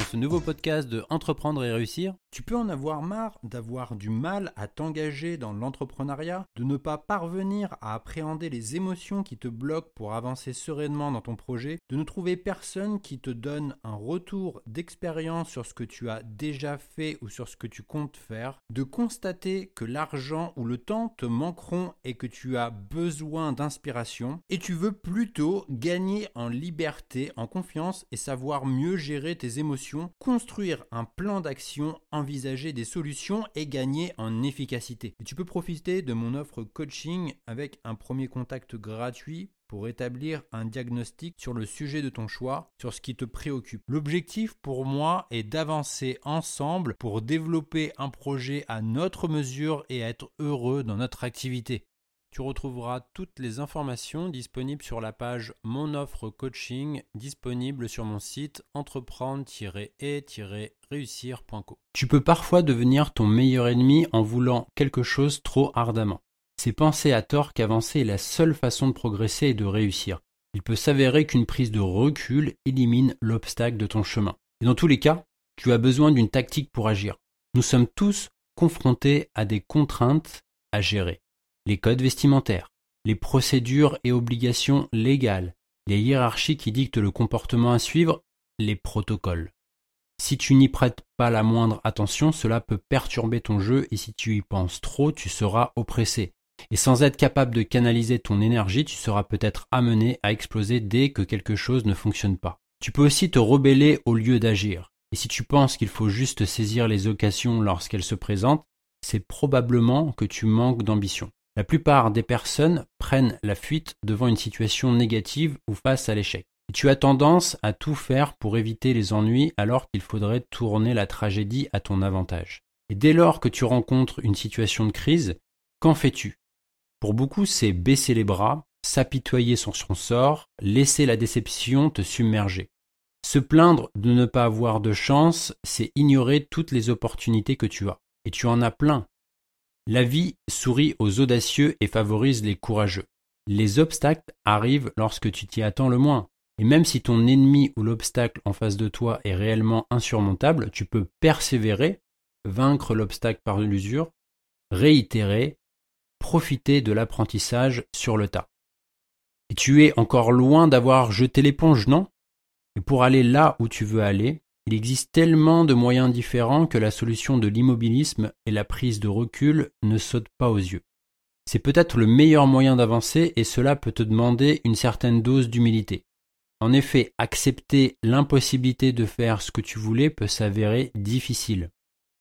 ce nouveau podcast de Entreprendre et réussir. Tu peux en avoir marre d'avoir du mal à t'engager dans l'entrepreneuriat, de ne pas parvenir à appréhender les émotions qui te bloquent pour avancer sereinement dans ton projet, de ne trouver personne qui te donne un retour d'expérience sur ce que tu as déjà fait ou sur ce que tu comptes faire, de constater que l'argent ou le temps te manqueront et que tu as besoin d'inspiration, et tu veux plutôt gagner en liberté, en confiance et savoir mieux gérer tes émotions, construire un plan d'action, envisager des solutions et gagner en efficacité. Et tu peux profiter de mon offre coaching avec un premier contact gratuit pour établir un diagnostic sur le sujet de ton choix, sur ce qui te préoccupe. L'objectif pour moi est d'avancer ensemble pour développer un projet à notre mesure et être heureux dans notre activité. Tu retrouveras toutes les informations disponibles sur la page Mon offre coaching, disponible sur mon site entreprendre-et-réussir.co. Tu peux parfois devenir ton meilleur ennemi en voulant quelque chose trop ardemment. C'est penser à tort qu'avancer est la seule façon de progresser et de réussir. Il peut s'avérer qu'une prise de recul élimine l'obstacle de ton chemin. Et dans tous les cas, tu as besoin d'une tactique pour agir. Nous sommes tous confrontés à des contraintes à gérer. Les codes vestimentaires, les procédures et obligations légales, les hiérarchies qui dictent le comportement à suivre, les protocoles. Si tu n'y prêtes pas la moindre attention, cela peut perturber ton jeu et si tu y penses trop, tu seras oppressé. Et sans être capable de canaliser ton énergie, tu seras peut-être amené à exploser dès que quelque chose ne fonctionne pas. Tu peux aussi te rebeller au lieu d'agir. Et si tu penses qu'il faut juste saisir les occasions lorsqu'elles se présentent, c'est probablement que tu manques d'ambition. La plupart des personnes prennent la fuite devant une situation négative ou face à l'échec. Et tu as tendance à tout faire pour éviter les ennuis alors qu'il faudrait tourner la tragédie à ton avantage. Et dès lors que tu rencontres une situation de crise, qu'en fais-tu ? Pour beaucoup, c'est baisser les bras, s'apitoyer sur son sort, laisser la déception te submerger. Se plaindre de ne pas avoir de chance, c'est ignorer toutes les opportunités que tu as. Et tu en as plein. La vie sourit aux audacieux et favorise les courageux. Les obstacles arrivent lorsque tu t'y attends le moins. Et même si ton ennemi ou l'obstacle en face de toi est réellement insurmontable, tu peux persévérer, vaincre l'obstacle par l'usure, réitérer, profiter de l'apprentissage sur le tas. Et tu es encore loin d'avoir jeté l'éponge, non ? Et pour aller là où tu veux aller, il existe tellement de moyens différents que la solution de l'immobilisme et la prise de recul ne sautent pas aux yeux. C'est peut-être le meilleur moyen d'avancer et cela peut te demander une certaine dose d'humilité. En effet, accepter l'impossibilité de faire ce que tu voulais peut s'avérer difficile.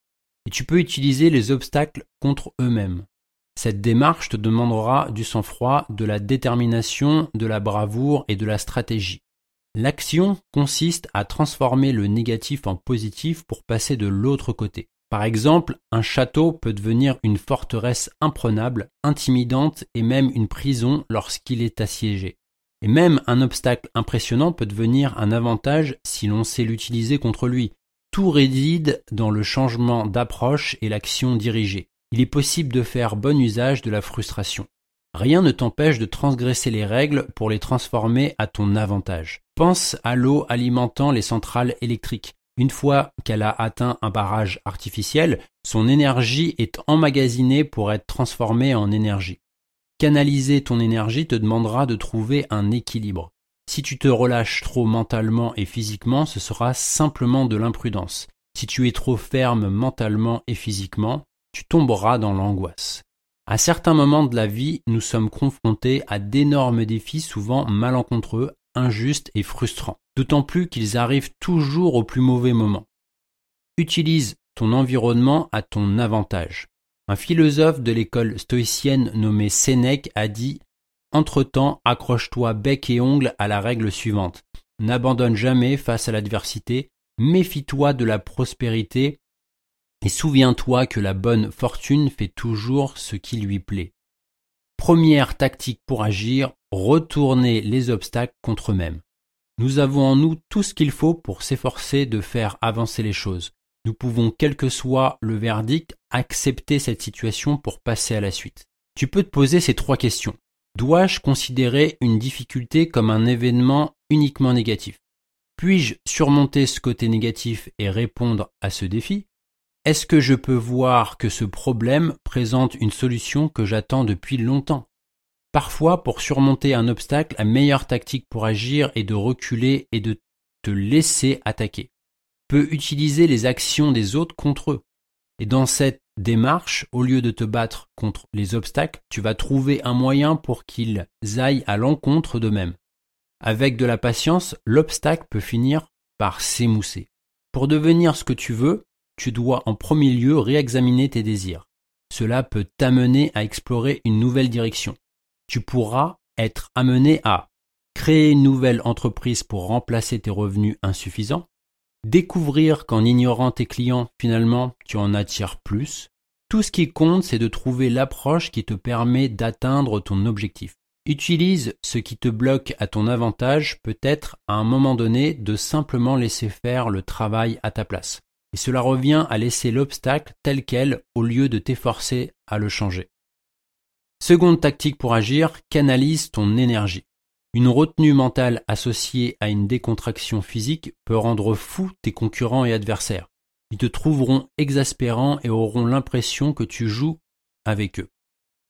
Et tu peux utiliser les obstacles contre eux-mêmes. Cette démarche te demandera du sang-froid, de la détermination, de la bravoure et de la stratégie. L'action consiste à transformer le négatif en positif pour passer de l'autre côté. Par exemple, un château peut devenir une forteresse imprenable, intimidante et même une prison lorsqu'il est assiégé. Et même un obstacle impressionnant peut devenir un avantage si l'on sait l'utiliser contre lui. Tout réside dans le changement d'approche et l'action dirigée. Il est possible de faire bon usage de la frustration. Rien ne t'empêche de transgresser les règles pour les transformer à ton avantage. Pense à l'eau alimentant les centrales électriques. Une fois qu'elle a atteint un barrage artificiel, son énergie est emmagasinée pour être transformée en énergie. Canaliser ton énergie te demandera de trouver un équilibre. Si tu te relâches trop mentalement et physiquement, ce sera simplement de l'imprudence. Si tu es trop ferme mentalement et physiquement, tu tomberas dans l'angoisse. À certains moments de la vie, nous sommes confrontés à d'énormes défis souvent malencontreux, injustes et frustrants. D'autant plus qu'ils arrivent toujours au plus mauvais moment. Utilise ton environnement à ton avantage. Un philosophe de l'école stoïcienne nommé Sénèque a dit « Entre-temps, accroche-toi bec et ongle à la règle suivante. N'abandonne jamais face à l'adversité, méfie-toi de la prospérité et souviens-toi que la bonne fortune fait toujours ce qui lui plaît. » Première tactique pour agir, retourner les obstacles contre eux-mêmes. Nous avons en nous tout ce qu'il faut pour s'efforcer de faire avancer les choses. Nous pouvons, quel que soit le verdict, accepter cette situation pour passer à la suite. Tu peux te poser ces 3 questions. Dois-je considérer une difficulté comme un événement uniquement négatif ? Puis-je surmonter ce côté négatif et répondre à ce défi? Est-ce que je peux voir que ce problème présente une solution que j'attends depuis longtemps? Parfois, pour surmonter un obstacle, la meilleure tactique pour agir est de reculer et de te laisser attaquer. Tu peux utiliser les actions des autres contre eux. Et dans cette démarche, au lieu de te battre contre les obstacles, tu vas trouver un moyen pour qu'ils aillent à l'encontre d'eux-mêmes. Avec de la patience, l'obstacle peut finir par s'émousser. Pour devenir ce que tu veux, tu dois en premier lieu réexaminer tes désirs. Cela peut t'amener à explorer une nouvelle direction. Tu pourras être amené à créer une nouvelle entreprise pour remplacer tes revenus insuffisants, découvrir qu'en ignorant tes clients, finalement, tu en attires plus. Tout ce qui compte, c'est de trouver l'approche qui te permet d'atteindre ton objectif. Utilise ce qui te bloque à ton avantage, peut-être à un moment donné de simplement laisser faire le travail à ta place. Et cela revient à laisser l'obstacle tel quel au lieu de t'efforcer à le changer. Seconde tactique pour agir, canalise ton énergie. Une retenue mentale associée à une décontraction physique peut rendre fou tes concurrents et adversaires. Ils te trouveront exaspérant et auront l'impression que tu joues avec eux.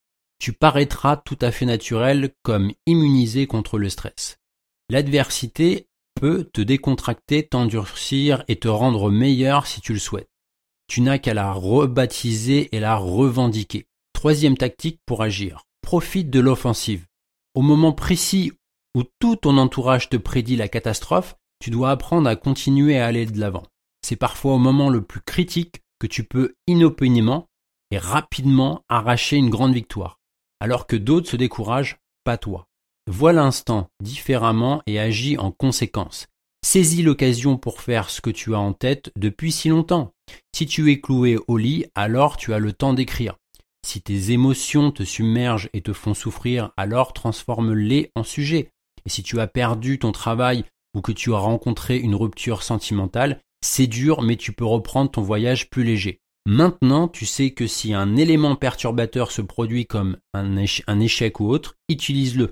Tu paraîtras tout à fait naturel comme immunisé contre le stress. L'adversité peut te décontracter, t'endurcir et te rendre meilleur si tu le souhaites. Tu n'as qu'à la rebaptiser et la revendiquer. Troisième tactique pour agir. Profite de l'offensive. Au moment précis où tout ton entourage te prédit la catastrophe, tu dois apprendre à continuer à aller de l'avant. C'est parfois au moment le plus critique que tu peux inopinément et rapidement arracher une grande victoire, alors que d'autres se découragent, pas toi. Vois l'instant différemment et agis en conséquence. Saisis l'occasion pour faire ce que tu as en tête depuis si longtemps. Si tu es cloué au lit, alors tu as le temps d'écrire. Si tes émotions te submergent et te font souffrir, alors transforme-les en sujet. Et si tu as perdu ton travail ou que tu as rencontré une rupture sentimentale, c'est dur, mais tu peux reprendre ton voyage plus léger. Maintenant, tu sais que si un élément perturbateur se produit comme un échec ou autre, utilise-le.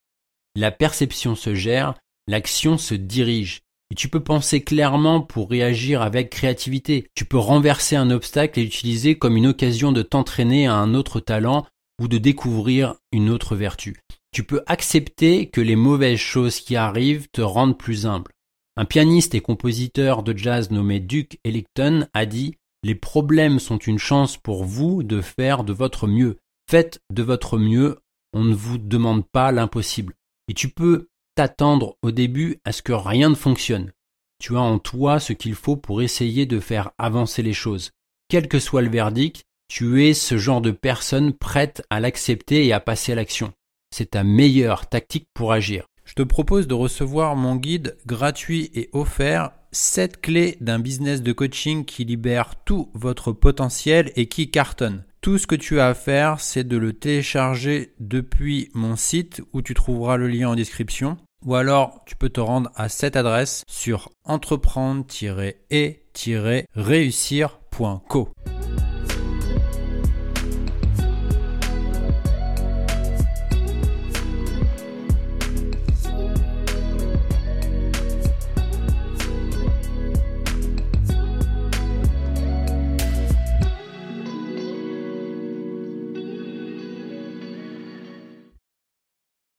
La perception se gère, l'action se dirige. Et tu peux penser clairement pour réagir avec créativité. Tu peux renverser un obstacle et l'utiliser comme une occasion de t'entraîner à un autre talent ou de découvrir une autre vertu. Tu peux accepter que les mauvaises choses qui arrivent te rendent plus humble. Un pianiste et compositeur de jazz nommé Duke Ellington a dit « Les problèmes sont une chance pour vous de faire de votre mieux. Faites de votre mieux, on ne vous demande pas l'impossible. » Et tu peux t'attendre au début à ce que rien ne fonctionne. Tu as en toi ce qu'il faut pour essayer de faire avancer les choses. Quel que soit le verdict, tu es ce genre de personne prête à l'accepter et à passer à l'action. C'est ta meilleure tactique pour agir. Je te propose de recevoir mon guide gratuit et offert 7 clés d'un business de coaching qui libère tout votre potentiel et qui cartonne. Tout ce que tu as à faire, c'est de le télécharger depuis mon site où tu trouveras le lien en description. Ou alors, tu peux te rendre à cette adresse sur entreprendre-et-réussir.co.